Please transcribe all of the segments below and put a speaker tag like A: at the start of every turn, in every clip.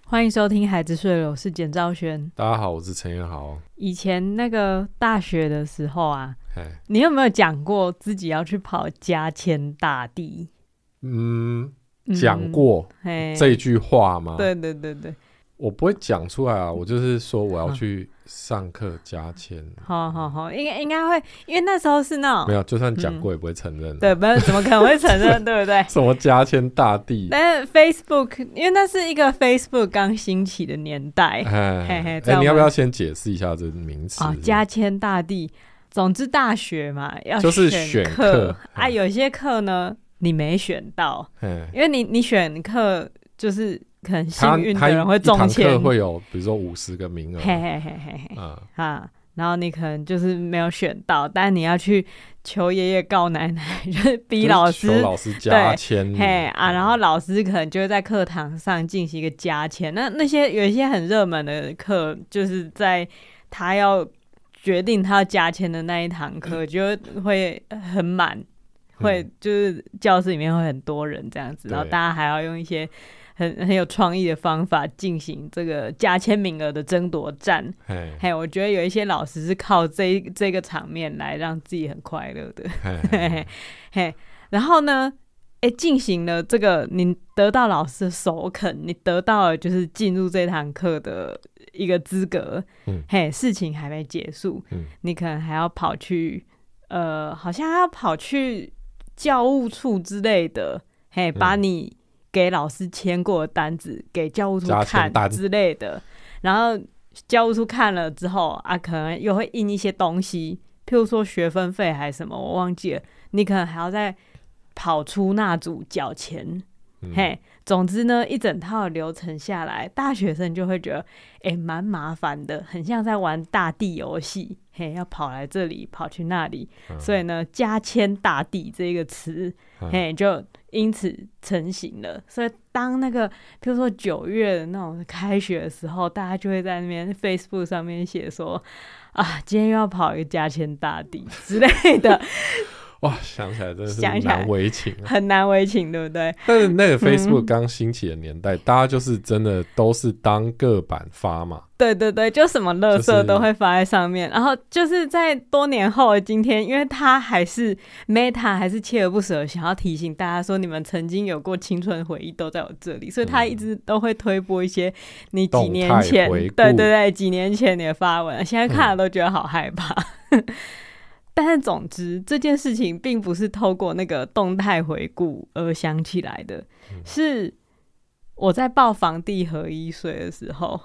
A: 欢迎收听《孩子睡了》，我是简兆轩。
B: 大家好，我是陈彦豪。
A: 以前那个大学的时候啊，你有没有讲过自己要去跑加签大地？
B: 讲过这句话吗？
A: 对对对对，
B: 我不会讲出来啊，我就是说我要去上课加签。
A: 好，应该会，因为那时候是那种
B: 没有，就算讲过也不会承认。
A: 对，不然怎么可能会承认？对不对？
B: 什么加签大地？
A: 但是 Facebook， 因为那是一个 Facebook 刚兴起的年代。
B: 你要不要先解释一下这个名词？
A: 加签大地，总之大学嘛，要
B: 就是选课
A: 啊，有些课呢你没选到，因为你选课就是可能幸运的人会中签，
B: 一堂课会有比如说50个名额，
A: 然后你可能就是没有选到，但你要去求爷爷告奶奶，就是逼老师，
B: 求老师加签，
A: 然后老师可能就会在课堂上进行一个加签。那些有一些很热门的课，就是在他要决定他要加签的那一堂课，就会很满。会就是教室里面会很多人这样子，然后大家还要用一些很有创意的方法进行这个加签名额的争夺战。我觉得有一些老师是靠这个场面来让自己很快乐的。然后呢，进行了这个，你得到老师的首肯，你得到了就是进入这堂课的一个资格。事情还没结束，你可能还要跑去好像要跑去教务处之类的，把你给老师签过的单子给教务处看之类的，然后教务处看了之后啊，可能又会印一些东西，譬如说学分费还是什么，我忘记了，你可能还要再跑出那组缴钱。总之呢，一整套的流程下来，大学生就会觉得蛮麻烦的，很像在玩大地游戏，要跑来这里跑去那里，所以呢，加签大地这个词就因此成型了。所以当那个比如说9月的那种开学的时候，大家就会在那边 Facebook 上面写说啊，今天又要跑一个加签大地之类的。
B: 哇，想起来真的是难为情，
A: 很难为情，对不对？
B: 但是那个 Facebook 刚兴起的年代，大家就是真的都是当个版发嘛。
A: 对对对，就什么垃圾都会发在上面，然后就是在多年后的今天，因为他还是 Meta 还是锲而不舍想要提醒大家说，你们曾经有过青春回忆都在我这里，所以他一直都会推播一些你几年前，对对对，几年前你的发文，现在看了都觉得好害怕。但是总之这件事情并不是透过那个动态回顾而想起来的，是我在报房地合一税的时候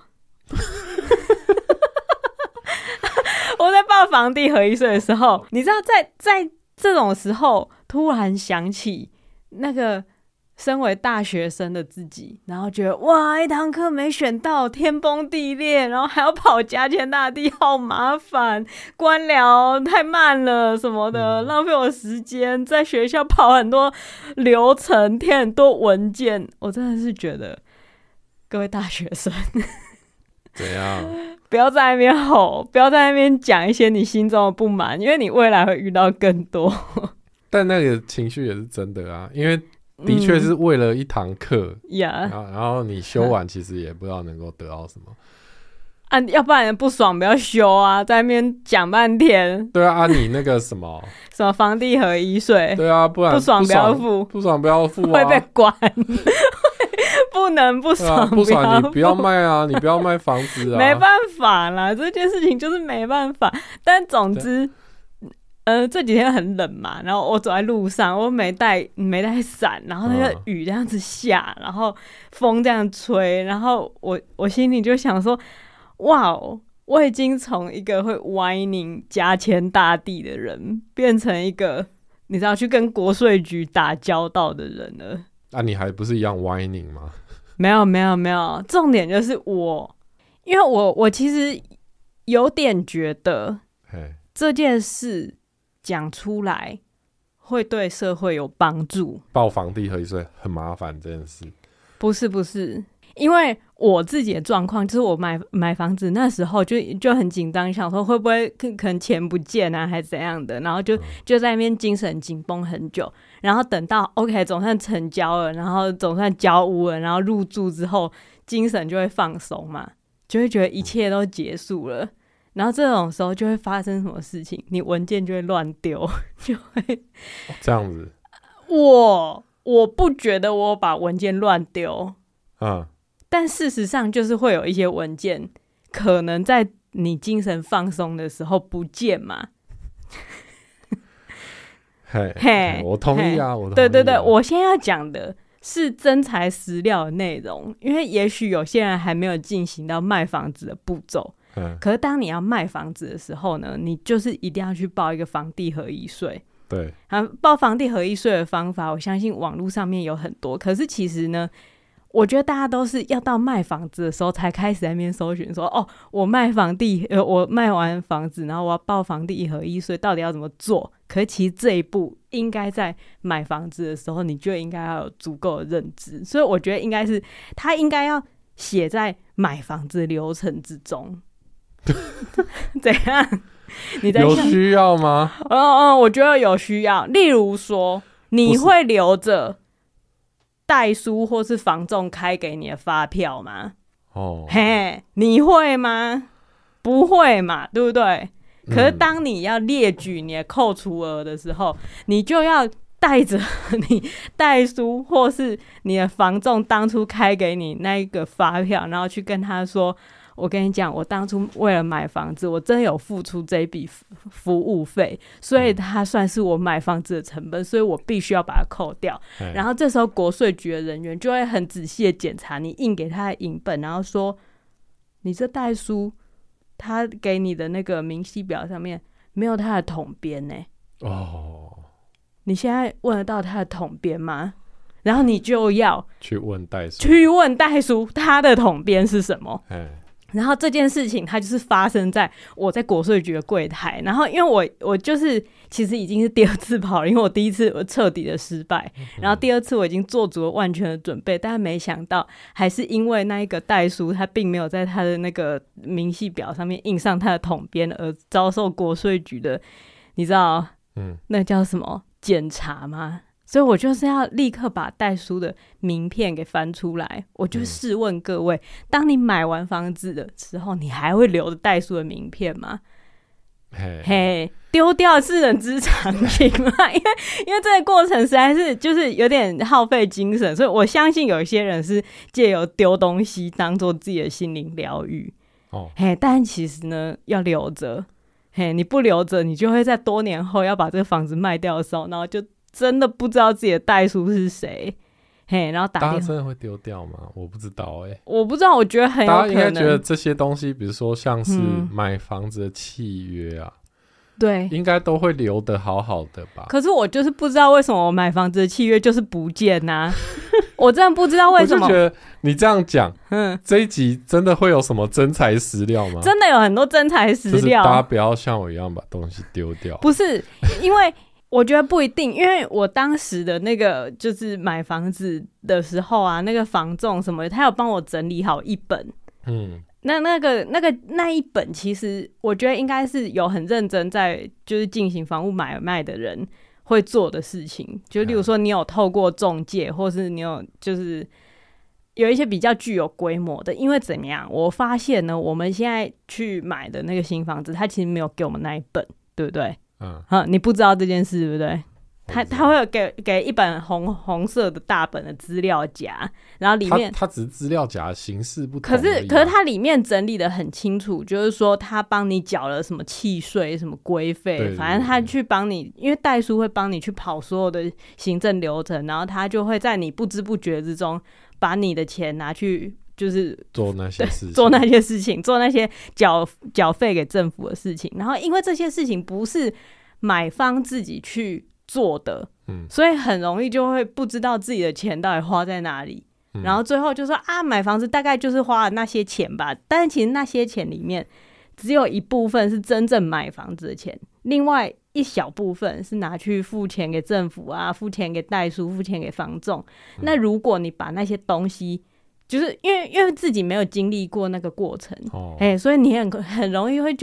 A: 我在报房地合一税的时候，你知道在这种时候突然想起那个身为大学生的自己，然后觉得哇，一堂课没选到，天崩地裂，然后还要跑加签大地，好麻烦，官僚太慢了什么的，浪费我时间，在学校跑很多流程，填很多文件，我真的是觉得各位大学生
B: 怎样？
A: 不要在那边吼，不要在那边讲一些你心中的不满，因为你未来会遇到更多。
B: 但那个情绪也是真的啊，因为的确是为了一堂课，然后你修完其实也不知道能够得到什么
A: 啊，要不然不爽不要修啊，在那边讲半天。
B: 对啊，你那个什么
A: 什么房地合一税，
B: 对啊，不然
A: 不爽不要付，
B: 不爽不要付啊，
A: 会被关。不能不爽，
B: 不爽你不要卖啊，你不要卖房子啊，
A: 没办法啦，这件事情就是没办法。但总之这几天很冷嘛，然后我走在路上，我没带伞，然后那个雨这样子下，然后风这样吹，然后我心里就想说，哇，我已经从一个会whining加签大地的人，变成一个你知道去跟国税局打交道的人了。
B: 啊，你还不是一样 whining 吗？
A: 没有，重点就是因为我其实有点觉得这件事讲出来会对社会有帮助。
B: 报房地合一税很麻烦这件事，
A: 不是，因为我自己的状况就是我买房子那时候就很紧张，想说会不会可能钱不见啊，还是怎样的，然后就在那边精神紧绷很久，然后等到 OK 总算成交了，然后总算交屋了，然后入住之后， 精神就会放松嘛，就会觉得一切都结束了。然后这种时候就会发生什么事情？你文件就会乱丢，就会
B: 这样子。
A: 我不觉得我把文件乱丢，但事实上就是会有一些文件可能在你精神放松的时候不见嘛。
B: 嘿，我同意啊，我同意啊。
A: 对对对，我现在要讲的是真材实料的内容，因为也许有些人还没有进行到卖房子的步骤。可是当你要卖房子的时候呢，你就是一定要去报一个房地合一税。
B: 对，
A: 报房地合一税的方法，我相信网络上面有很多。可是其实呢，我觉得大家都是要到卖房子的时候才开始在那边搜寻说，哦，我卖完房子，然后我要报房地合一税，到底要怎么做？可是其实这一步应该在买房子的时候，你就应该要有足够的认知。所以我觉得应该是他应该要写在买房子的流程之中。怎样？你在
B: 有需要吗？
A: 我觉得有需要。例如说，你会留着代书或是房仲开给你的发票吗？嘿，你会吗？不会嘛，对不对？可是当你要列举你的扣除额的时候，你就要带着你代书或是你的房仲当初开给你那一个发票，然后去跟他说，我跟你讲，我当初为了买房子，我真的有付出这一笔服务费，所以它算是我买房子的成本，所以我必须要把它扣掉。然后这时候国税局的人员就会很仔细的检查你印给他的影本，然后说，你这代书他给你的那个明细表上面没有他的统编呢。你现在问得到他的统编吗？然后你就要
B: 去问代
A: 书他的统编是什么。然后这件事情它就是发生在我在国税局的柜台，然后因为我就是其实已经是第二次跑了，因为我第一次我彻底的失败，然后第二次我已经做足了万全的准备，但没想到还是因为那一个代书他并没有在他的那个明细表上面印上他的统编，而遭受国税局的你知道那叫什么检查吗？所以我就是要立刻把代书的名片给翻出来。我就试问各位，当你买完房子的时候，你还会留着代书的名片吗？丢掉是人之常情嘛。因为这个过程实在是就是有点耗费精神，所以我相信有一些人是借由丢东西当做自己的心灵疗愈。但其实呢，要留着。你不留着，你就会在多年后要把这个房子卖掉的时候，然后就真的不知道自己的代书是谁，然后打电话。
B: 大家真的会丢掉吗？我不知道
A: 我不知道，我觉得很有可能。
B: 大家应该觉得这些东西，比如说像是买房子的契约啊，
A: 对，
B: 应该都会留得好好的吧？
A: 可是我就是不知道为什么我买房子的契约就是不见啊。我真的不知道为什么。
B: 我就觉得你这样讲，这一集真的会有什么真材实料吗？
A: 真的有很多真材实料，
B: 就是大家不要像我一样把东西丢掉。
A: 不是，因为我觉得不一定，因为我当时的那个就是买房子的时候啊，那个房仲什么的，他有帮我整理好一本，那一本其实我觉得应该是有很认真在就是进行房屋买卖的人会做的事情，就例如说你有透过中介，或是你有就是有一些比较具有规模的。因为怎么样，我发现呢，我们现在去买的那个新房子，他其实没有给我们那一本，对不对？你不知道这件事对不对？他会有给一本红色的大本的资料夹，然后里面
B: 它只是资料夹形式不同，可
A: 是它里面整理的很清楚，就是说他帮你缴了什么契税、什么规费，反正他去帮你，因为代书会帮你去跑所有的行政流程，然后他就会在你不知不觉之中把你的钱拿去。就是
B: 做那些事情，
A: 做那些缴费给政府的事情，然后因为这些事情不是买方自己去做的，所以很容易就会不知道自己的钱到底花在哪里，然后最后就说买房子大概就是花了那些钱吧，但是其实那些钱里面只有一部分是真正买房子的钱，另外一小部分是拿去付钱给政府啊，付钱给代书，付钱给房仲。那如果你把那些东西就是因为自己没有经历过那个过程，所以你很容易会觉得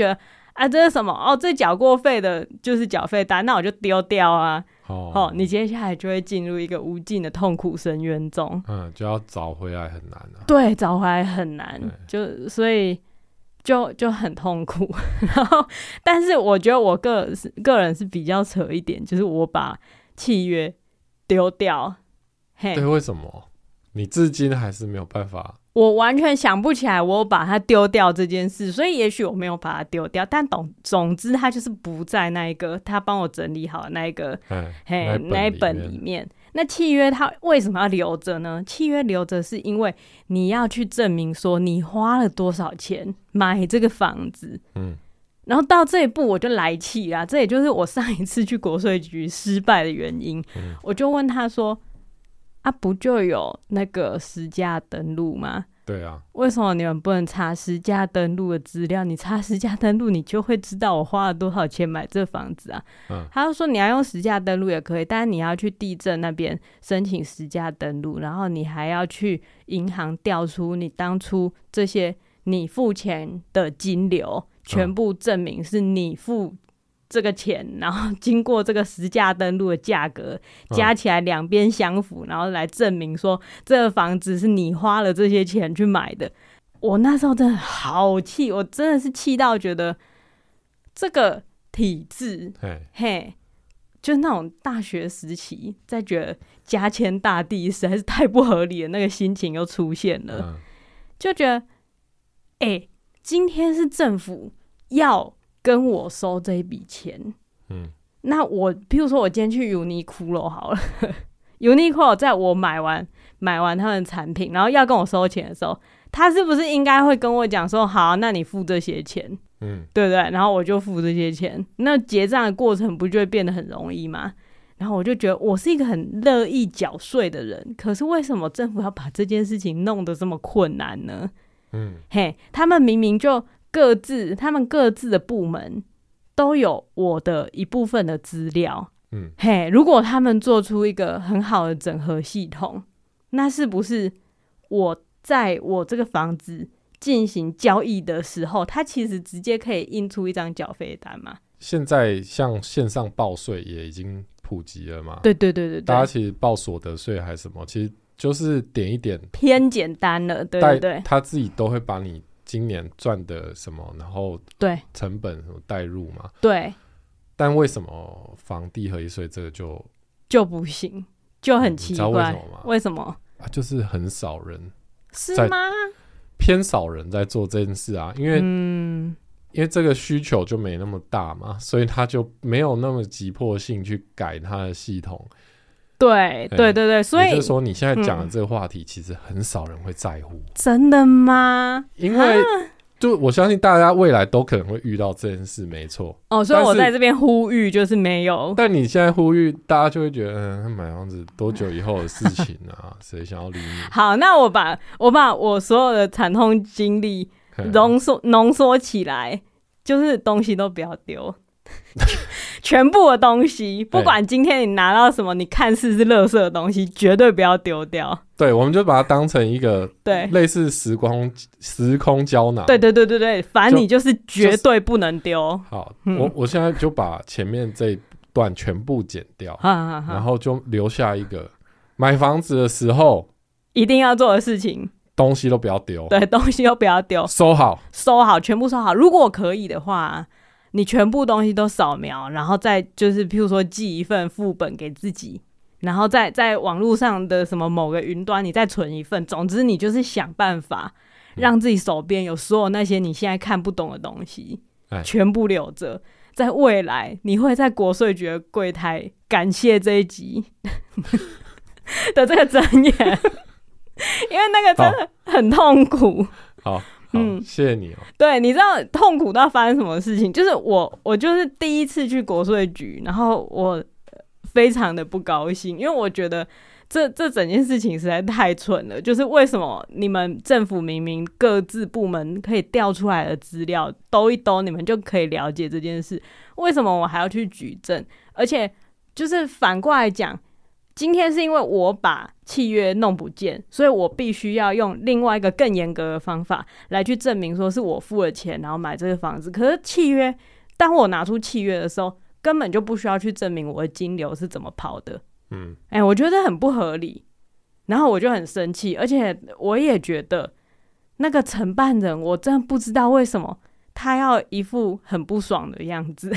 A: 啊，这是什么？哦，这缴过费的就是缴费单，那我就丢掉啊。你接下来就会进入一个无尽的痛苦深渊中。
B: 就要找回来很难啊。
A: 对，找回来很难，所以就很痛苦。然后，但是我觉得我个人是比较扯一点，就是我把契约丢掉。
B: 对，为什么？你至今还是没有办法？
A: 我完全想不起来我把它丢掉这件事，所以也许我没有把它丢掉，但总之它就是不在那一个他帮我整理好的那一个那一本里面。那契约它为什么要留着呢？契约留着是因为你要去证明说你花了多少钱买这个房子。然后到这一步我就来气啦，这也就是我上一次去国税局失败的原因。我就问他说啊，不就有那个实价登录吗？
B: 对啊，
A: 为什么你们不能查实价登录的资料？你查实价登录，你就会知道我花了多少钱买这房子啊。他就说你要用实价登录也可以，但是你要去地政那边申请实价登录，然后你还要去银行调出你当初这些你付钱的金流，全部证明是你付这个钱，然后经过这个实价登录的价格加起来两边相符，然后来证明说这个房子是你花了这些钱去买的。我那时候真的好气，我真的是气到觉得这个体制就是那种大学时期在觉得加签大地实在是太不合理的那个心情又出现了。就觉得今天是政府要跟我收这一笔钱，那我譬如说我今天去 Uniqlo 好了，Uniqlo 在我买完他们的产品，然后要跟我收钱的时候，他是不是应该会跟我讲说，好，那你付这些钱，对不对？然后我就付这些钱，那结账的过程不就会变得很容易吗？然后我就觉得我是一个很乐意缴税的人，可是为什么政府要把这件事情弄得这么困难呢？他们明明就他们各自的部门都有我的一部分的资料。如果他们做出一个很好的整合系统，那是不是我在我这个房子进行交易的时候，他其实直接可以印出一张缴费单嘛？
B: 现在像线上报税也已经普及了嘛？
A: 对，
B: 大家其实报所得税还是什么，其实就是点一点
A: 偏简单了。对，
B: 他自己都会把你今年赚的什么，然后成本什么带入嘛。
A: 对，
B: 但为什么房地合一税这个
A: 就不行，就很奇怪？
B: 你知道为什么吗？
A: 为什么？
B: 就是很少人，
A: 是吗？
B: 偏少人在做这件事啊，因为这个需求就没那么大嘛，所以他就没有那么急迫性去改他的系统。对，所以也就是说你现在讲的这个话题其实很少人会在乎。
A: 真的吗？
B: 因为就我相信大家未来都可能会遇到这件事，没错。
A: 所以我在这边呼吁就是没有。
B: 但你现在呼吁，大家就会觉得买房子多久以后的事情啊？谁想要理你？
A: 好，那我把我所有的惨痛经历浓缩起来，就是东西都不要丢。全部的东西，不管今天你拿到什么，你看似是垃圾的东西，绝对不要丢掉。
B: 对，我们就把它当成一个类似时空胶囊。
A: 对，反正你就是绝对不能丢。
B: 好，我现在就把前面这一段全部剪掉，然后就留下一个买房子的时候
A: 一定要做的事情。
B: 东西都不要丢。对，
A: 东西都不要丢，
B: 收好，
A: 全部收好。如果可以的话，你全部东西都扫描，然后再就是譬如说寄一份副本给自己，然后在网络上的什么某个云端你再存一份，总之你就是想办法让自己手边有所有那些你现在看不懂的东西全部留着，在未来你会在国税局的柜台感谢这一集的这个箴言因为那个真的很痛苦。
B: 好，谢谢你。
A: 对，你知道痛苦到发生什么事情？就是我就是第一次去国税局，然后我非常的不高兴，因为我觉得这整件事情实在太蠢了。就是为什么你们政府明明各自部门可以调出来的资料兜一兜，你们就可以了解这件事，为什么我还要去举证？而且就是反过来讲， 今天是因为我把契约弄不见，所以我必须要用另外一个更严格的方法来去证明说是我付了钱然后买这个房子。可是契约，当我拿出契约的时候，根本就不需要去证明我的金流是怎么跑的。我觉得很不合理，然后我就很生气，而且我也觉得那个承办人，我真的不知道为什么他要一副很不爽的样子，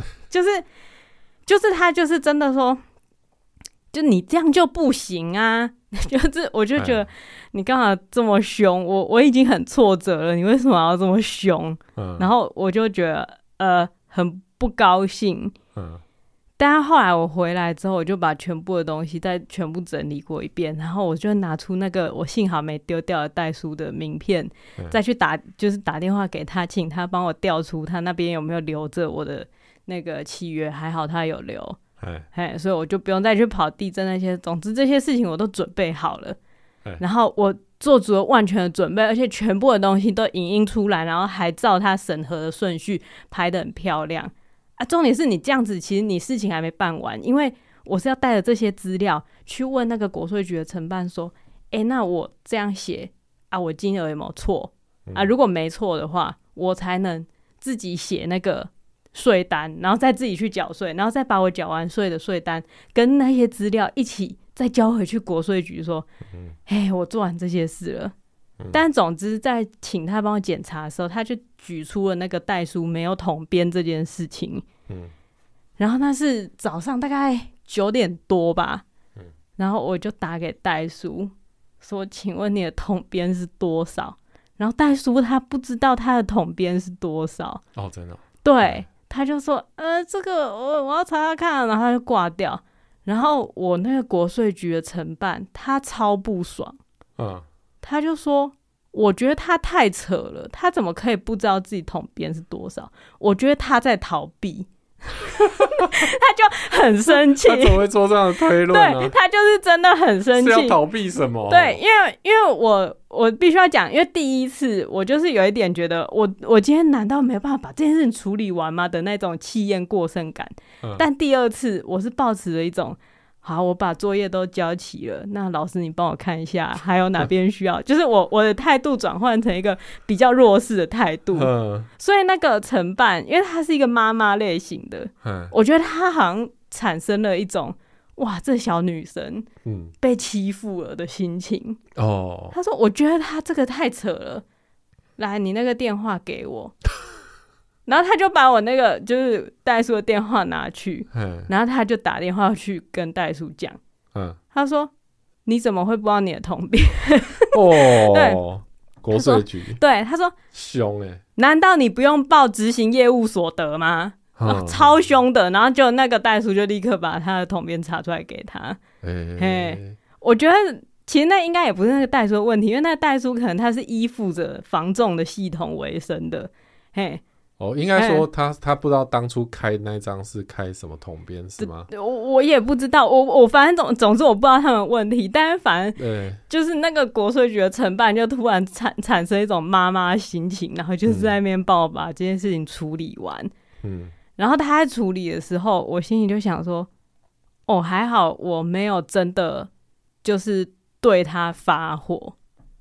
A: 就是他就是真的说，就你这样就不行啊，就是我就觉得你干嘛这么凶？我已经很挫折了，你为什么要这么凶？然后我就觉得很不高兴。但后来我回来之后，我就把全部的东西再全部整理过一遍，然后我就拿出那个我幸好没丢掉的代书的名片，再去就是打电话给他，请他帮我调出他那边有没有留着我的那个契约，还好他有留，所以我就不用再去跑地震那些，总之这些事情我都准备好了，然后我做足了万全的准备，而且全部的东西都影印出来，然后还照他审核的顺序排得很漂亮。重点是你这样子，其实你事情还没办完，因为我是要带着这些资料去问那个国税局的承办说，那我这样写我金额有没有错如果没错的话，我才能自己写那个税单，然后再自己去缴税，然后再把我缴完税的税单跟那些资料一起再交回去国税局说，我做完这些事了。但总之在请他帮我检查的时候，他就举出了那个代书没有统编这件事情，然后那是早上大概9点多吧，然后我就打给代书说，请问你的统编是多少？然后代书他不知道他的统编是多少。
B: 真的
A: 对，他就说这个我要查查看，然后他就挂掉。然后我那个国税局的承办他超不爽，他就说，我觉得他太扯了，他怎么可以不知道自己统编是多少？我觉得他在逃避。他就很生气，
B: 他怎么会做这样的推论呢？
A: 对，他就是真的很生气。
B: 是要逃避什么？
A: 对，因为我必须要讲，因为第一次我就是有一点觉得我今天难道没有办法把这件事情处理完吗的那种气焰过剩感。但第二次我是抱持了一种，好，我把作业都交齐了，那老师你帮我看一下还有哪边需要就是我的态度转换成一个比较弱势的态度。所以那个承办因为他是一个妈妈类型的，我觉得他好像产生了一种哇这小女生被欺负了的心情。他说我觉得他这个太扯了，来你那个电话给我。然后他就把我那个就是代书的电话拿去，然后他就打电话去跟代书讲，他说你怎么会不知道你的统编？对，
B: 国税局，
A: 对，他说
B: 凶
A: 难道你不用报执行业务所得吗？超凶的。然后就那个代书就立刻把他的统编查出来给他。我觉得其实那应该也不是那个代书的问题，因为那个代书可能他是依附着房仲的系统为生的。
B: 应该说他不知道当初开那张是开什么统编是吗？
A: 我也不知道，我反正总之我不知道他们的问题，但是反正就是那个国税局的承办就突然产生一种妈妈心情，然后就是在那边帮我把这件事情处理完。然后他在处理的时候，我心里就想说，还好我没有真的就是对他发火。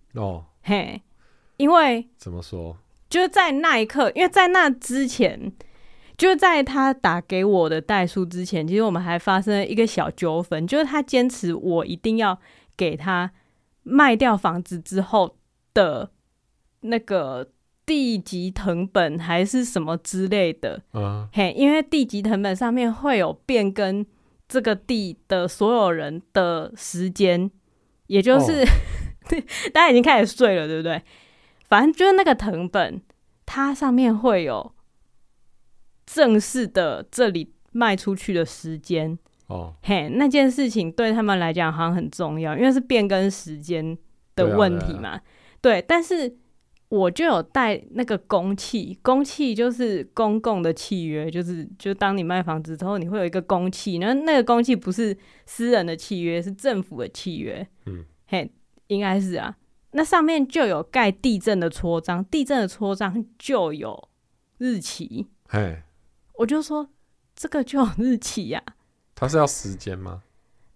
A: 因为
B: 怎么说？
A: 就是在那一刻，因为在那之前，就是在他打给我的代书之前，其实我们还发生了一个小纠纷，就是他坚持我一定要给他卖掉房子之后的那个地籍誊本还是什么之类的。因为地籍誊本上面会有变更这个地的所有人的时间，也就是大家已经开始睡了，对不对？反正就是那个誊本，它上面会有正式的这里卖出去的时间。那件事情对他们来讲好像很重要，因为是变更时间的问题嘛。对，但是我就有带那个公契，公契就是公共的契约，就当你卖房子之后，你会有一个公契，然后那个公契不是私人的契约，是政府的契约。应该是啊。那上面就有盖地震的戳章，地震的戳章就有日期。我就说这个就有日期呀。
B: 他是要时间吗？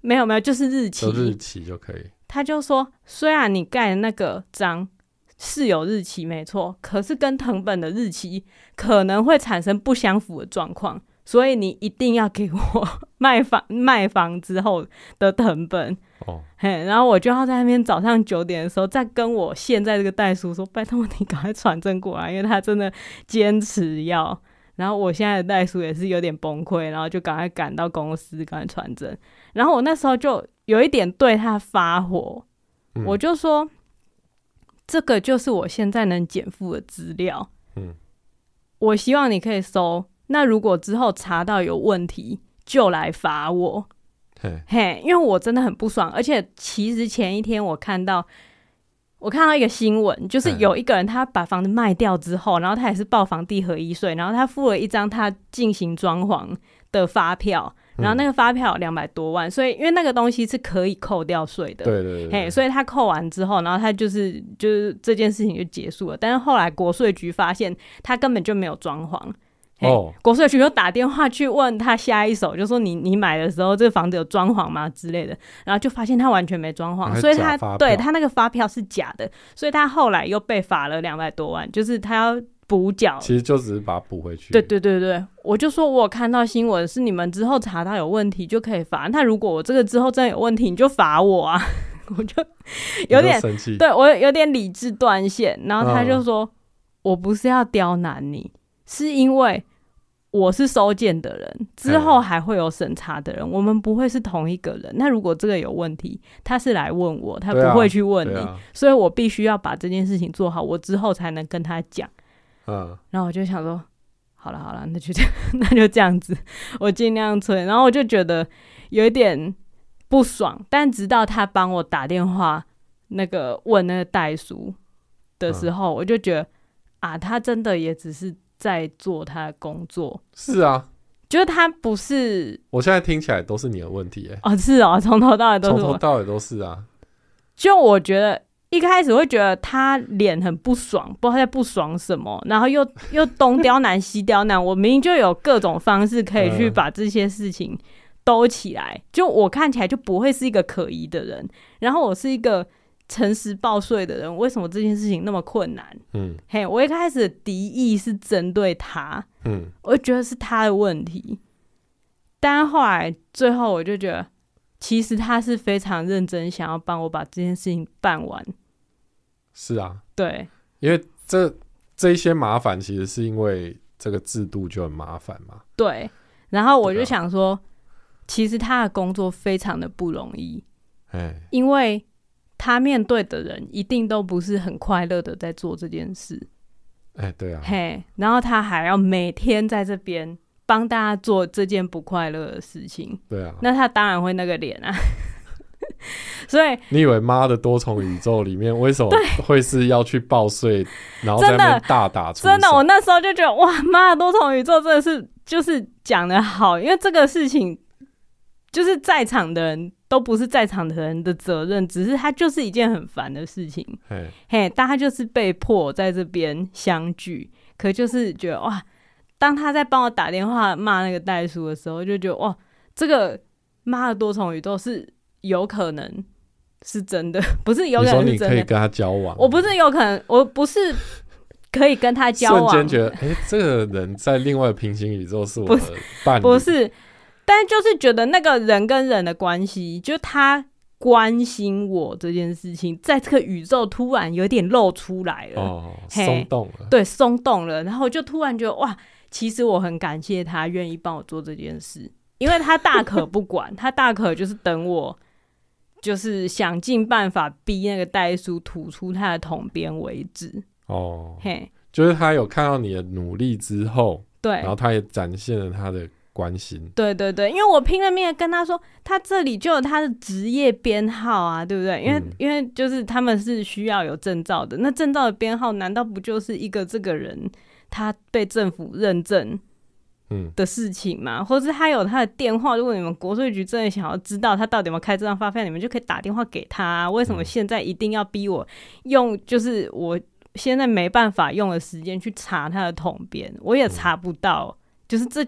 A: 没有，就是日期，
B: 日期就可以。
A: 他就说，虽然你盖的那个章是有日期没错，可是跟誊本的日期可能会产生不相符的状况，所以你一定要给我卖房之后的誊本。然后我就要在那边早上9点的时候再跟我现在这个代书说，拜托你赶快传真过来，因为他真的坚持要。然后我现在的代书也是有点崩溃，然后就赶快赶到公司赶快传真。然后我那时候就有一点对他发火，我就说这个就是我现在能减负的资料，我希望你可以收，那如果之后查到有问题就来罚我。因为我真的很不爽，而且其实前一天我看到一个新闻，就是有一个人他把房子卖掉之后，然后他也是报房地合一税，然后他付了一张他进行装潢的发票，然后那个发票有200多万，所以因为那个东西是可以扣掉税的，对，所以他扣完之后，然后他就是这件事情就结束了。但是后来国税局发现他根本就没有装潢。国税局就打电话去问他下一手，就说你买的时候这个房子有装潢吗之类的，然后就发现他完全没装潢，所以他对他那个发票是假的，所以他后来又被罚了200多万，就是他要补缴，其
B: 实就只是把它补回去。
A: 对，我就说我有看到新闻是你们之后查到有问题就可以罚，那如果我这个之后真的有问题你就罚我啊。我就有点生气，对，我有点理智断线。然后他就说我不是要刁难你，是因为我是收件的人，之后还会有审查的人，我们不会是同一个人。那如果这个有问题，他是来问我，他不会去问你，所以我必须要把这件事情做好，我之后才能跟他讲。然后我就想说，好了，那就这样子，我尽量催。然后我就觉得有一点不爽，但直到他帮我打电话问那个代书的时候，我就觉得他真的也只是在做他的工作。
B: 是啊，
A: 就是他不是，
B: 我现在听起来都是你的问题
A: 是从头到尾都是
B: 从头到尾都是啊。
A: 就我觉得一开始会觉得他脸很不爽，不知道他在不爽什么，然后又东刁难西刁难，我明明就有各种方式可以去把这些事情兜起来，就我看起来就不会是一个可疑的人，然后我是一个诚实报税的人，为什么这件事情那么困难？我一开始的敌意是针对他，我就觉得是他的问题，但后来最后我就觉得其实他是非常认真想要帮我把这件事情办完。
B: 是啊，
A: 对，
B: 因为这一些麻烦其实是因为这个制度就很麻烦嘛。
A: 对，然后我就想说其实他的工作非常的不容易，因为他面对的人一定都不是很快乐的在做这件事。
B: 对啊，
A: 然后他还要每天在这边帮大家做这件不快乐的事情。
B: 对啊，
A: 那他当然会那个脸啊。所以
B: 你以为妈的多重宇宙里面为什么会是要去报税，然后在那边大打出手？
A: 真的，我那时候就觉得哇，妈的多重宇宙真的是就是讲得好，因为这个事情就是在场的人都不是在场的人的责任，只是他就是一件很烦的事情。大家就是被迫在这边相聚，可就是觉得哇，当他在帮我打电话骂那个代书的时候，就觉得哇，这个妈的多重宇宙是有可能是真的，不是有可能是真的。
B: 你说你可以跟他交往，
A: 我不是有可能，我不是可以跟他交往，
B: 瞬间觉得这个人在另外的平行宇宙是我的伴侣，
A: 不是，但就是觉得那个人跟人的关系，就他关心我这件事情，在这个宇宙突然有点露出来了，
B: 松动了，
A: 对，松动了，然后就突然觉得哇，其实我很感谢他愿意帮我做这件事，因为他大可不管，他大可就是等我，就是想尽办法逼那个代书吐出他的统编为止。
B: 就是他有看到你的努力之后，
A: 对，
B: 然后他也展现了他的关心。
A: 对，因为我拼了命的跟他说，他这里就有他的职业编号啊，对不对？因为就是他们是需要有证照的，那证照的编号难道不就是一个这个人他被政府认证的事情嘛？或是他有他的电话，如果你们国税局真的想要知道他到底有没有开这张发票，你们就可以打电话给他为什么现在一定要逼我用就是我现在没办法用的时间去查他的统编？我也查不到，就是这就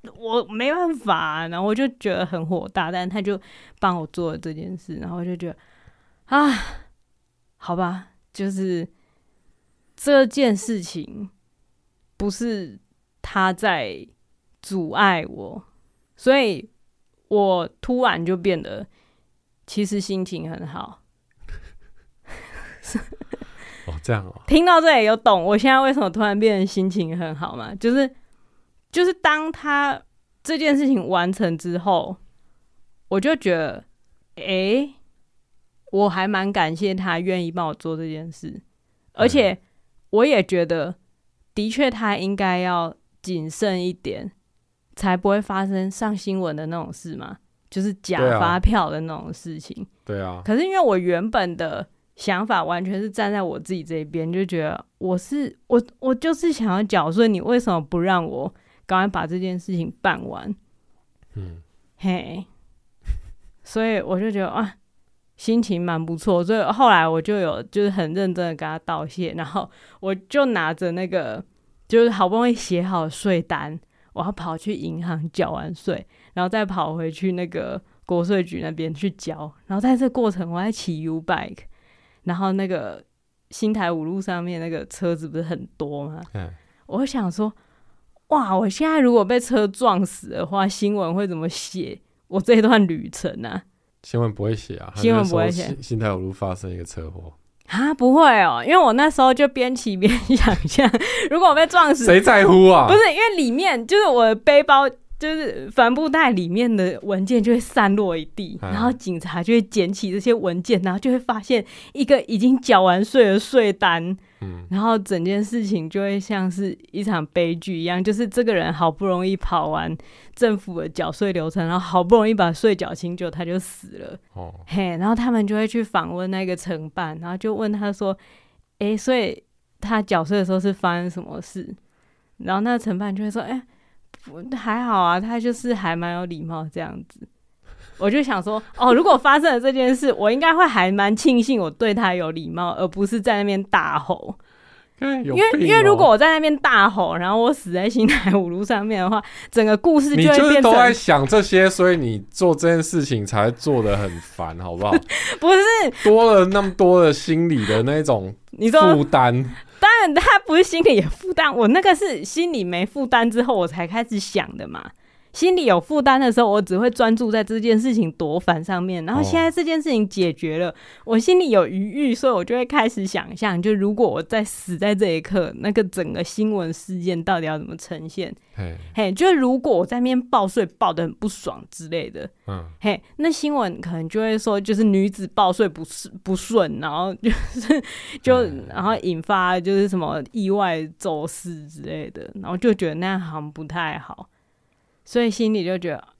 A: 我没办法，然后我就觉得很火大，但他就帮我做了这件事，然后我就觉得啊，好吧，就是这件事情不是他在阻碍我，所以我突然就变得其实心情很好。
B: 哦，这样哦。
A: 听到这里有懂我现在为什么突然变成心情很好吗？就是当他这件事情完成之后，我就觉得，我还蛮感谢他愿意帮我做这件事，而且我也觉得，的确他应该要谨慎一点，才不会发生上新闻的那种事嘛，就是假发票的那种事情。
B: 对啊。
A: 可是因为我原本的想法完全是站在我自己这一边，就觉得我就是想要缴税，你为什么不让我赶快把这件事情办完？嘿，所以我就觉得啊，心情蛮不错，所以后来我就有就是很认真的跟他道谢，然后我就拿着那个就是好不容易写好税单，我要跑去银行缴完税，然后再跑回去那个国税局那边去交，然后在这过程我还骑 U-Bike， 然后那个新台五路上面那个车子不是很多吗？我会想说，哇，我现在如果被车撞死的话，新闻会怎么写我这一段旅程啊？
B: 新闻不会写啊，
A: 新闻不会写。
B: 新台五路发生一个车祸
A: 啊，不会哦，因为我那时候就边骑边想象，如果我被撞死，
B: 谁在乎啊？
A: 不是，因为里面就是我的背包，就是帆布袋里面的文件就会散落一地，然后警察就会捡起这些文件，然后就会发现一个已经缴完税的税单，然后整件事情就会像是一场悲剧一样，就是这个人好不容易跑完政府的缴税流程，然后好不容易把税缴清，就他就死了。嘿，然后他们就会去访问那个承办，然后就问他说：“所以他缴税的时候是发生什么事？”然后那个承办就会说：“还好啊，他就是还蛮有礼貌这样子。”我就想说，如果发生了这件事，我应该会还蛮庆幸我对他有礼貌，而不是在那边大吼。因为如果我在那边大吼，然后我死在新台五路上面的话，整个故事就会变成，
B: 你就是都在想这些，所以你做这件事情才做得很烦，好不好？
A: 不是
B: 多了那么多的心理的那种负担。
A: 当然，他不是心里有负担，我那个是心里没负担之后，我才开始想的嘛。心里有负担的时候，我只会专注在这件事情多烦上面，然后现在这件事情解决了，我心里有余裕，所以我就会开始想象，就如果我在死在这一刻，那个整个新闻事件到底要怎么呈现？就是如果我在那边报税报得很不爽之类的，那新闻可能就会说，就是女子报税不顺，然后然后引发就是什么意外走失之类的，然后就觉得那样好像不太好。所以心里就觉得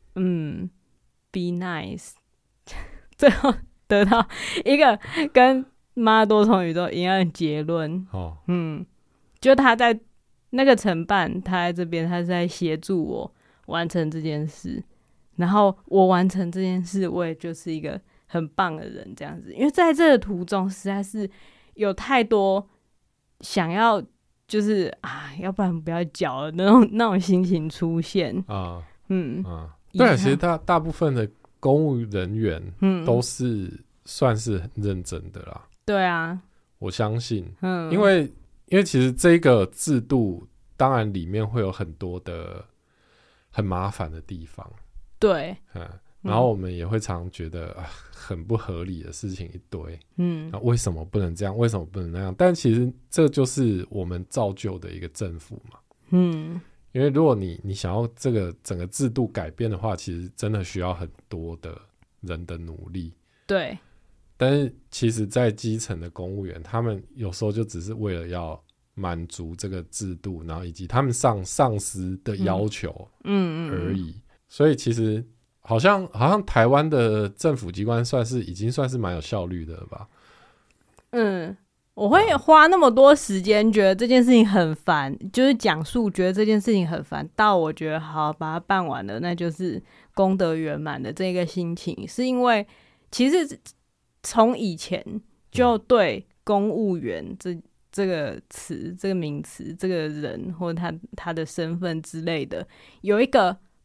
A: be nice 最后得到一个跟妈多重宇宙一样的结论。就他在那个承办，他在这边，他是在协助我完成这件事，然后我完成这件事，我也就是一个很棒的人这样子。因为在这个途中实在是有太多想要就是要不然不要缴了那种心情出现
B: 对啊，其实大部分的公务人员都是算是很认真的啦。
A: 对啊，
B: 我相信，因为其实这个制度当然里面会有很多的很麻烦的地方，
A: 对，
B: 然后我们也会常觉得很不合理的事情一堆，为什么不能这样？为什么不能那样？但其实这就是我们造就的一个政府嘛，因为如果你想要这个整个制度改变的话，其实真的需要很多的人的努力，
A: 对。
B: 但是其实在基层的公务员，他们有时候就只是为了要满足这个制度，然后以及他们上司的要求而已，所以其实好像台湾的政府机关已经算是蛮有效率的了吧。
A: 我会花那么多时间觉得这件事情很烦，就是讲述觉得这件事情很烦，到我觉得好把它办完了，那就是功德圆满的这个心情，是因为其实从以前就对公务员这个词、这个名词、这个人或者他的身份之类的有一个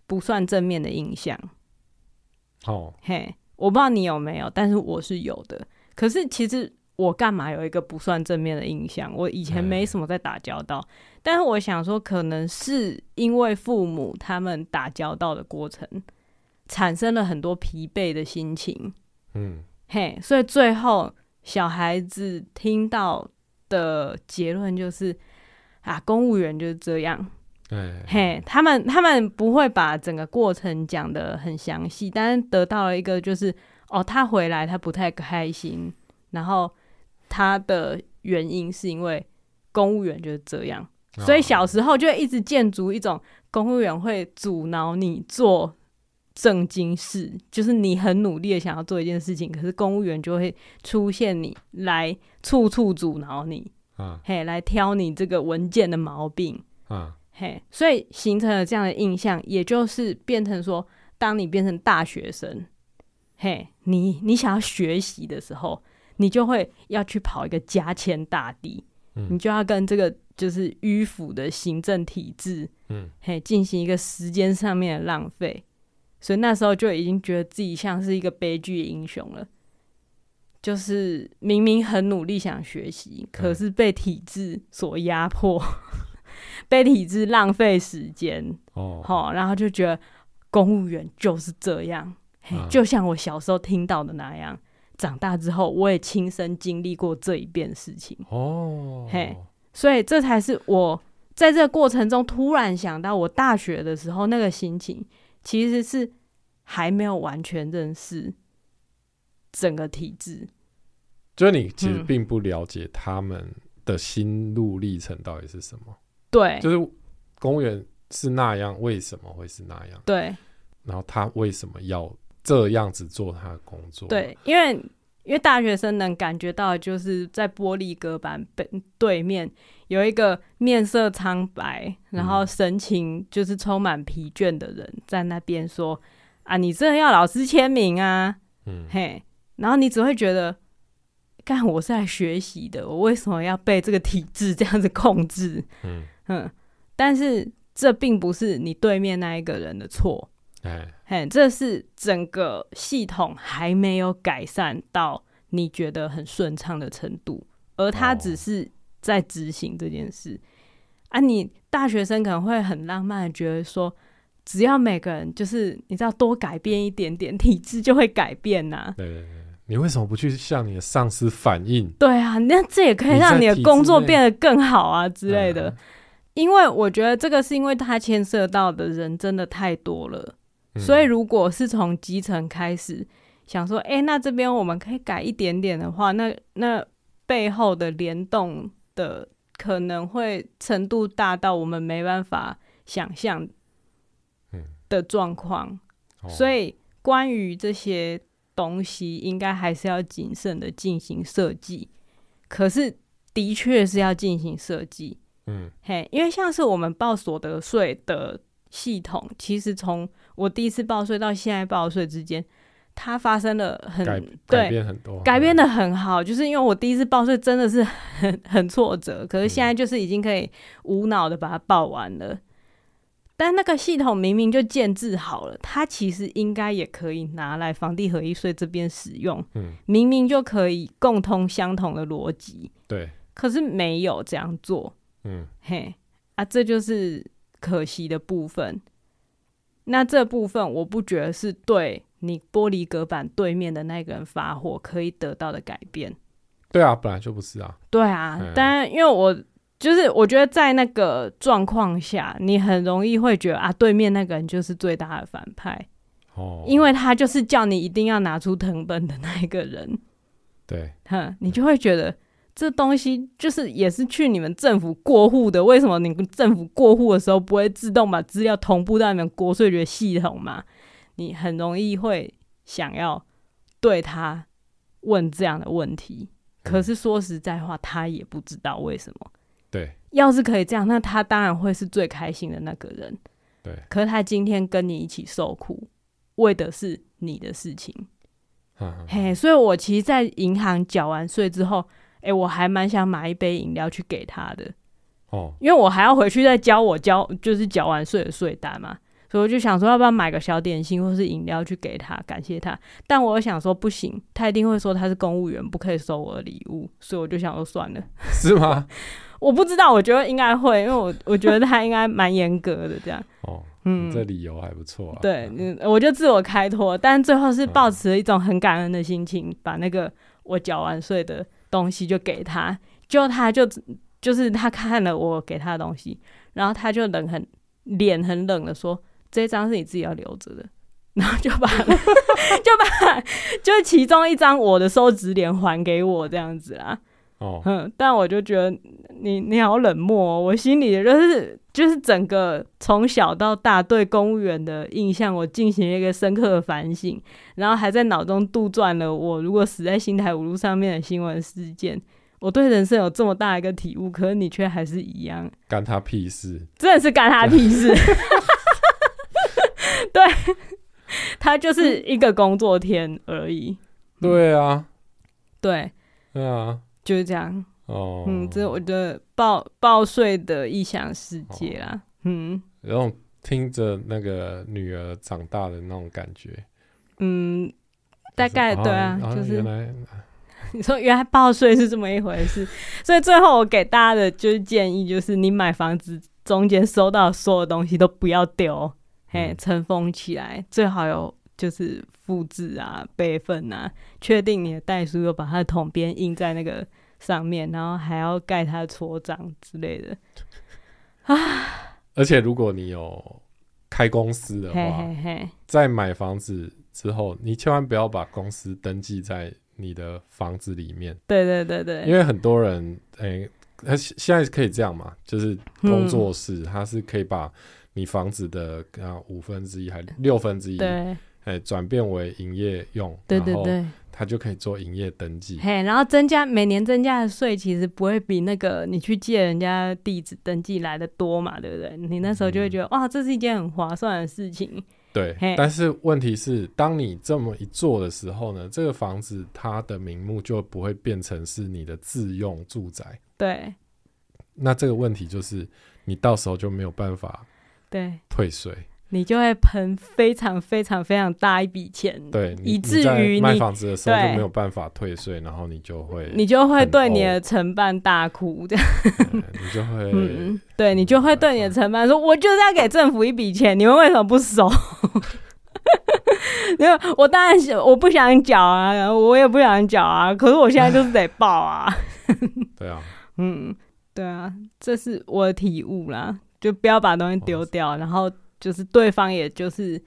A: 不算正面的印象。
B: 哦，
A: 嘿，我不知道你有没有，但是我是有的。可是其实我干嘛有一个不算正面的印象？我以前没什么在打交道，但是我想说，可能是因为父母他们打交道的过程产生了很多疲惫的心情，嘿，所以最后小孩子听到的结论就是啊，公务员就是这样。嘿，他们不会把整个过程讲得很详细，但是得到了一个就是他回来他不太开心，然后他的原因是因为公务员就是这样，所以小时候就会一直建筑一种公务员会阻挠你做正经事，就是你很努力的想要做一件事情，可是公务员就会出现你来处处阻挠你，嘿，来挑你这个文件的毛病，嘿，所以形成了这样的印象，也就是变成说，当你变成大学生，嘿，你想要学习的时候，你就会要去跑一个加签大地，你就要跟这个就是迂腐的行政体制，嘿，进行一个时间上面的浪费，所以那时候就已经觉得自己像是一个悲剧英雄了，就是明明很努力想学习，可是被体制所压迫。被体制浪费时间，然后就觉得公务员就是这样，就像我小时候听到的那样，长大之后我也亲身经历过这一遍事情，所以这才是我在这个过程中突然想到，我大学的时候那个心情，其实是还没有完全认识整个体制，
B: 就是你其实并不了解他们的心路历程到底是什么。
A: 对，
B: 就是公务员是那样，为什么会是那样？
A: 对，
B: 然后他为什么要这样子做他的工作？
A: 对，因为大学生能感觉到，就是在玻璃隔板对面有一个面色苍白，然后神情就是充满疲倦的人在那边说：“啊，你这要老师签名啊！”嘿，然后你只会觉得，干，我是来学习的，我为什么要被这个体制这样子控制？但是这并不是你对面那一个人的错，这是整个系统还没有改善到你觉得很顺畅的程度，而他只是在执行这件事。你大学生可能会很浪漫的觉得说，只要每个人就是你知道多改变一点点，体制就会改变啊。
B: 对，你为什么不去向你的上司反映？
A: 对啊，那这也可以让你的工作变得更好啊之类的。因为我觉得这个是因为它牵涉到的人真的太多了，所以如果是从基层开始想说，那这边我们可以改一点点的话，那背后的联动的可能会程度大到我们没办法想象的状况，所以关于这些东西应该还是要谨慎的进行设计，可是的确是要进行设计，因为像是我们报所得税的系统，其实从我第一次报税到现在报税之间，它发生了
B: 改变很多，
A: 改变的很好，就是因为我第一次报税真的是很挫折，可是现在就是已经可以无脑的把它报完了。但那个系统明明就建制好了，它其实应该也可以拿来房地合一税这边使用，明明就可以共通相同的逻辑，
B: 对，
A: 可是没有这样做，这就是可惜的部分。那这部分我不觉得是对你玻璃隔板对面的那个人发火可以得到的改变。
B: 对啊，本来就不是啊。
A: 对啊，但因为我觉得在那个状况下，你很容易会觉得对面那个人就是最大的反派，因为他就是叫你一定要拿出誊本的那一个人。
B: 对，
A: 你就会觉得这东西就是也是去你们政府过户的，为什么你们政府过户的时候不会自动把资料同步到你们国税局系统嘛？你很容易会想要对他问这样的问题，可是说实在话，他也不知道为什么。
B: 对，
A: 要是可以这样，那他当然会是最开心的那个人。
B: 对，
A: 可是他今天跟你一起受苦，为的是你的事情。所以我其实在银行缴完税之后，我还蛮想买一杯饮料去给他的，因为我还要回去再交就是缴完税的税单嘛， 所以我就想说要不要买个小点心或是饮料去给他感谢他，但我想说不行，他一定会说他是公务员不可以收我的礼物，所以我就想说算了。
B: 是吗？
A: 我不知道，我觉得应该会，因为我觉得他应该蛮严格的这样。
B: 你这理由还不错啊。
A: 对，我就自我开脱，但最后是抱持了一种很感恩的心情，把那个我缴完税的东西就给他，他就是他看了我给他的东西，然后他就脸很冷的说：“这张是你自己要留着的。”然后就把就是其中一张我的收纸脸还给我这样子啦。但我就觉得你好冷漠哦，我心里就是整个从小到大对公务员的印象，我进行了一个深刻的反省，然后还在脑中杜撰了我如果死在新台五路上面的新闻事件。我对人生有这么大一个体悟，可是你却还是一样，
B: 干他屁事，
A: 真的是干他屁事。对，他就是一个工作天而已。
B: 对啊，
A: 对
B: 啊，
A: 就是这样。这是我的报税的异想世界啦。
B: 有种听着那个女儿长大的那种感觉。
A: 大概对啊，就是
B: 原来
A: 你说原来报税是这么一回事，所以最后我给大家的就是建议，就是你买房子中间收到的所有东西都不要丢，尘封起来，最好有就是复制啊、备份啊，确定你的代书有把它的统编印在那个上面，然后还要盖它的戳章之类的。
B: 而且如果你有开公司的话，在买房子之后，你千万不要把公司登记在你的房子里面。对，因为很多人他现在可以这样嘛，就是工作室他是可以把你房子的1/5还1/6转变为营业用，对，他就可以做营业登记。
A: 然后每年增加的税其实不会比那个你去借人家地址登记来的多嘛，对不对？你那时候就会觉得哇，这是一件很划算的事情。
B: 对，但是问题是当你这么一做的时候呢，这个房子它的名目就不会变成是你的自用住宅。对，那这个问题就是你到时候就没有办法退税，
A: 你就会喷非常非常非常大一笔钱，
B: 对，
A: 以至于你
B: 卖房子的时候就没有办法退税，然后你就会
A: 对你的承办大哭，这样
B: 你就会
A: 对，你就会对你的承办说：“我就是要给政府一笔钱，你们为什么不收？”因为我当然我不想缴啊，我也不想缴啊，可是我现在就是得报啊。
B: 对啊，
A: 对啊，这是我的体悟啦，就不要把东西丢掉，然后就是对方也就是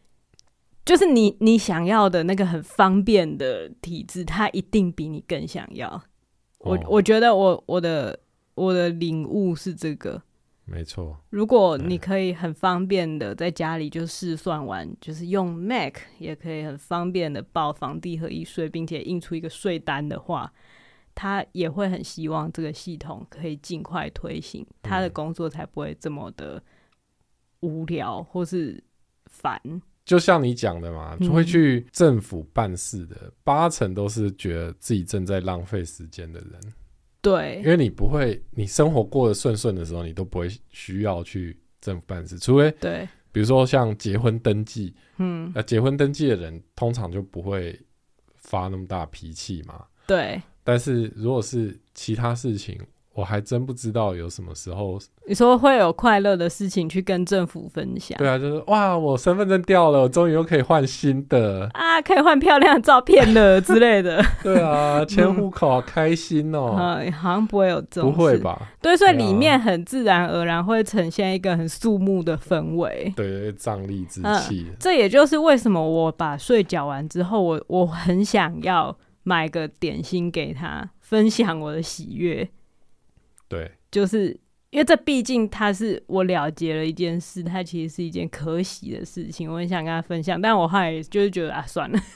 A: 你想要的那个很方便的体制，他一定比你更想要。我觉得我的领悟是这个，
B: 没错。
A: 如果你可以很方便的在家里就试算完，就是用 Mac 也可以很方便的报房地合一税，并且印出一个税单的话，他也会很希望这个系统可以尽快推行，他的工作才不会这么的无聊或是烦。
B: 就像你讲的嘛，会去政府办事的80%都是觉得自己正在浪费时间的人。对，因为你生活过得顺顺的时候，你都不会需要去政府办事，除非比如说像结婚登记，结婚登记的人通常就不会发那么大脾气嘛。对，但是如果是其他事情，我还真不知道有什么时候
A: 你说会有快乐的事情去跟政府分享。
B: 对啊，就是哇，我身份证掉了，我终于又可以换新的
A: 啊，可以换漂亮的照片了之类的。
B: 对啊，迁户口好开心哦。
A: 好像不会有这种事，
B: 不会吧？
A: 对，所以里面很自然而然会呈现一个很肃穆的氛围，
B: 对，瘴疠之气。
A: 这也就是为什么我把税缴完之后，我很想要买个点心给他，分享我的喜悦。对，就是因为这毕竟他是我了结了一件事，它其实是一件可喜的事情，我很想跟他分享，但我后来就是觉得算了。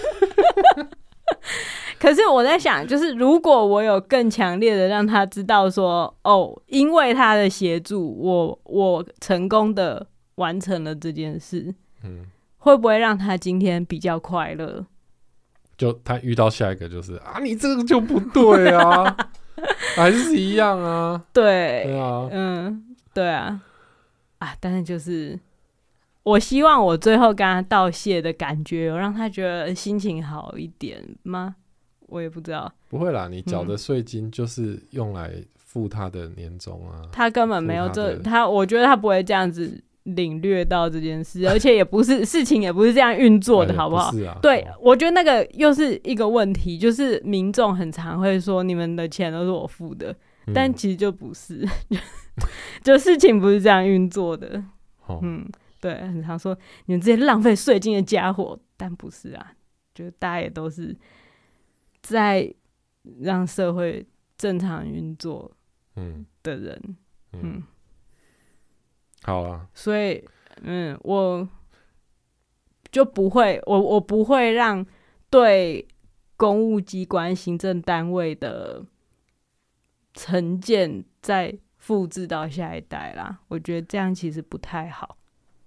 A: 可是我在想，就是如果我有更强烈的让他知道说，因为他的协助，我成功的完成了这件事，会不会让他今天比较快乐？
B: 就他遇到下一个就是你这个就不对啊。还是一样啊。对啊，
A: 对啊，但是就是我希望我最后跟他道谢的感觉有让他觉得心情好一点吗？我也不知道。
B: 不会啦，你缴的税金就是用来付他的年终啊。
A: 他根本没有我觉得他不会这样子领略到这件事，而且也不是事情也不是这样运作的，好不好？
B: 不是啊。
A: 对，我觉得那个又是一个问题，就是民众很常会说你们的钱都是我付的，但其实就不是，就事情不是这样运作的。对，很常说你们这些浪费税金的家伙，但不是啊，就大家也都是在让社会正常运作的人。
B: 好啊，
A: 所以我就不会，我不会让对公务机关、行政单位的成见再复制到下一代啦。我觉得这样其实不太好。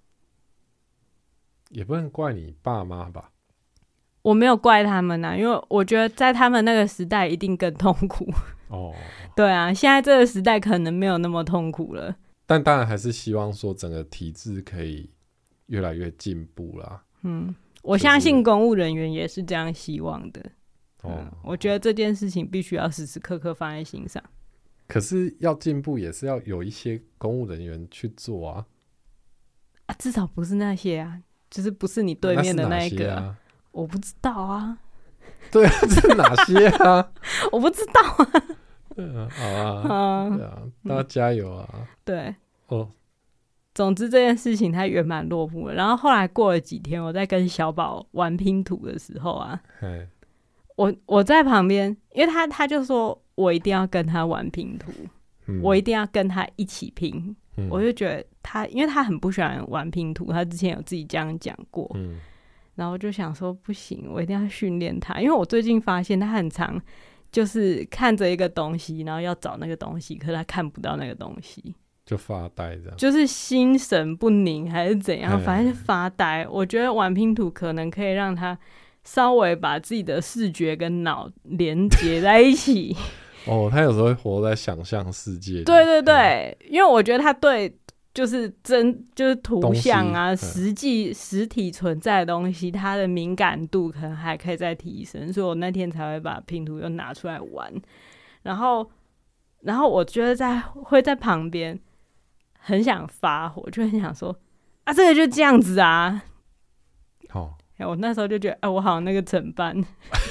B: 也不能怪你爸妈吧？
A: 我没有怪他们啊，因为我觉得在他们那个时代一定更痛苦。对啊，现在这个时代可能没有那么痛苦了。
B: 但当然还是希望说整个体制可以越来越进步啦。
A: 我相信公务人员也是这样希望的。我觉得这件事情必须要时时刻刻放在心上。
B: 可是要进步也是要有一些公务人员去做啊。
A: 至少不是那些啊，就是不是你对面的那一个。
B: 啊，
A: 我不知道啊。
B: 对啊，这是哪些啊？
A: 我不知道啊。
B: 好啊，对啊，大家加油啊！
A: 对，总之这件事情它圆满落幕了。然后后来过了几天，我在跟小宝玩拼图的时候啊，我在旁边，因为他就说我一定要跟他玩拼图，我一定要跟他一起拼。我就觉得因为他很不喜欢玩拼图，他之前有自己这样讲过。然后我就想说不行，我一定要训练他，因为我最近发现他很常就是看着一个东西，然后要找那个东西，可是他看不到那个东西，
B: 就发呆这样，
A: 就是心神不宁还是怎样，反正就发呆。我觉得玩拼图可能可以让他稍微把自己的视觉跟脑连接在一起。
B: 他有时候会活在想象世界里。
A: 对对对，因为我觉得他对就是图像啊，实体存在的东西，它的敏感度可能还可以再提升，所以我那天才会把拼图又拿出来玩。然后我觉得会在旁边很想发火，就很想说啊，这个就这样子啊。我那时候就觉得我好像那个承办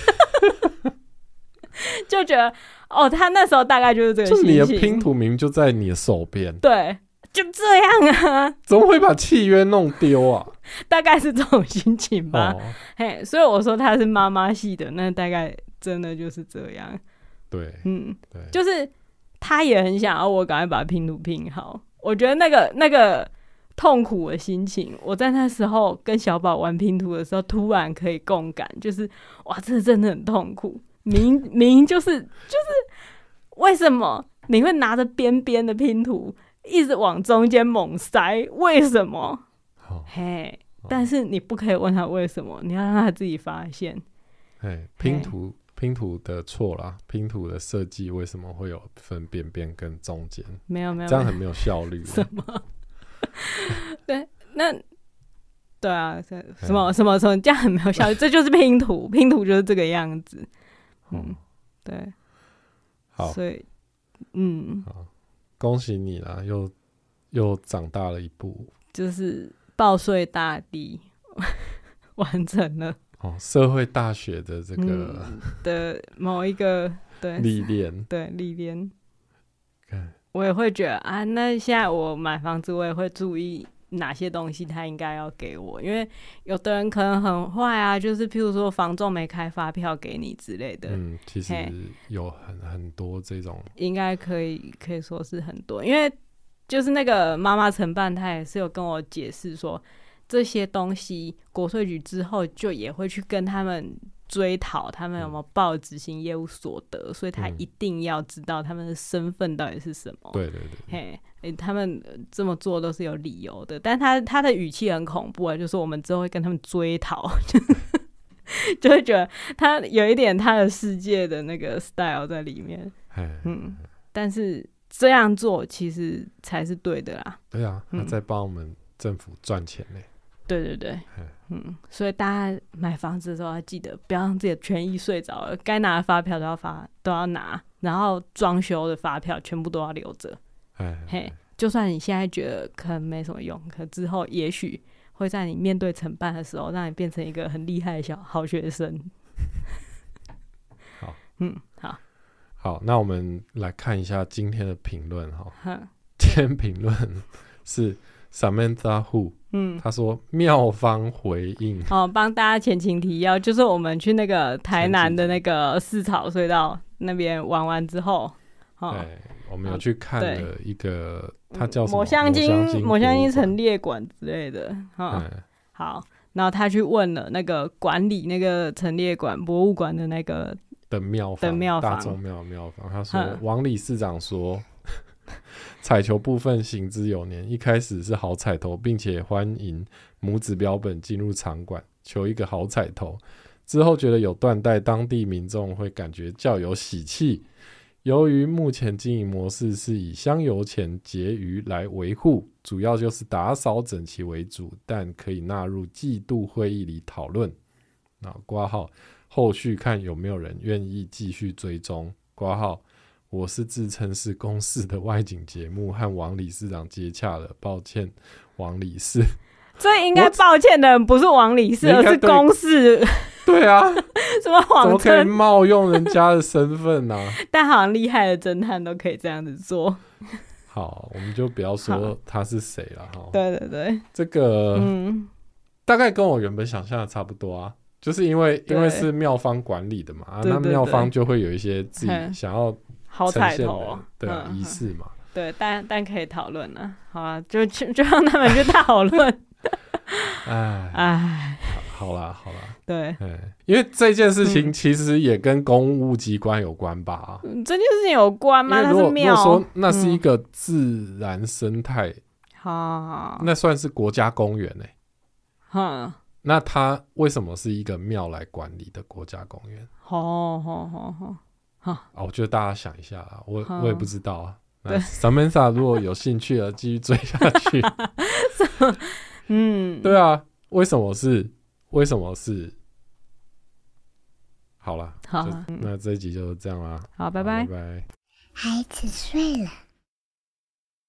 A: 就觉得他那时候大概就是这个心情，
B: 就是你的拼图明明就在你的手边，
A: 对，就这样啊，
B: 怎么会把契约弄丢啊？
A: 大概是这种心情吧。所以我说他是妈妈系的，那大概真的就是这样。
B: 对，对，
A: 就是他也很想要我赶快把拼图拼好。我觉得那个痛苦的心情，我在那时候跟小宝玩拼图的时候，突然可以共感，就是哇，这真的很痛苦。明就是为什么你会拿着边边的拼图一直往中间猛塞？为什么？但是你不可以问他为什么，你要让他自己发现。
B: 拼图的错啦，拼图的设计为什么会有分边边跟中间？
A: 没有，
B: 这样很没有效率。
A: 什么？对啊，什么这样很没有效率，这就是拼图，拼图就是这个样子。对，
B: 好，
A: 所以
B: 好，恭喜你啦，又长大了一步，
A: 就是报税大帝完成了
B: 社会大学的这个
A: 的某一个
B: 历练，
A: 对历练，我也会觉得啊，那现在我买房子，我也会注意哪些东西他应该要给我，因为有的人可能很坏啊，就是譬如说房仲没开发票给你之类的。
B: 其实有很多这种，
A: 应该可以说是很多，因为就是那个妈妈承办，他也是有跟我解释说，这些东西国税局之后就也会去跟他们追讨他们有没有报执行业务所得，所以他一定要知道他们的身份到底是什么。
B: 对对对，
A: 他们这么做都是有理由的，但他的语气很恐怖啊，就是我们之后会跟他们追讨，就会觉得他有一点他的世界的那个 style 在里面。但是这样做其实才是对的啦。
B: 对啊，他在帮我们政府赚钱呢。
A: 对对对，所以大家买房子的时候要记得不要让自己的权益睡着了，该拿的发票都要拿，然后装修的发票全部都要留着。嘿，就算你现在觉得可能没什么用，可之后也许会在你面对承办的时候，让你变成一个很厉害的好学生。
B: 好，好，那我们来看一下今天的评论哈。今天评论是 Samantha Hu， 他说妙方回应。
A: 帮大家前情提要，就是我们去那个台南的那个四草隧道那边玩完之后，
B: 我们有去看了一个，它叫什么？抹
A: 香鲸陈列馆之类的。好，然后他去问了那个管理那个陈列馆博物馆的那个
B: 的庙方，大众庙方。他说，王理事长说，彩球部分行之有年，一开始是好彩头，并且欢迎母子标本进入场馆，求一个好彩头。之后觉得有断代，当地民众会感觉较有喜气。由于目前经营模式是以香油钱结余来维护，主要就是打扫整齐为主，但可以纳入季度会议里讨论。括号后续看有没有人愿意继续追踪。括号我是自称是公视的外景节目，和王理事长接洽了，抱歉王理事。
A: 所以应该抱歉的人不是王理事，而是公视。
B: 对啊，
A: 什么谎称？怎么
B: 可以冒用人家的身份啊？
A: 但好像厉害的侦探都可以这样子做。
B: 好，我们就不要说他是谁了哈。
A: 对对对，
B: 这个大概跟我原本想象的差不多啊，就是因为是庙方管理的嘛，那庙方就会有一些自己想要
A: 好彩头
B: 对仪式嘛。
A: 对，但可以讨论了，好啊，就让他们去讨论。
B: 哎，好啦，
A: 对，
B: 因为这件事情其实也跟公务机关有关吧？
A: 这件事情有关吗？它是庙，
B: 如果说那是一个自然生态，那算是国家公园那它为什么是一个庙来管理的国家公园？我觉得大家想一下啦，我也不知道啊。对 ，Samantha 如果有兴趣了，继续追下去。对啊，为什么是？好啦，那这一集就是这样啦。
A: 好，拜拜。
B: 拜拜。
C: 孩子睡了。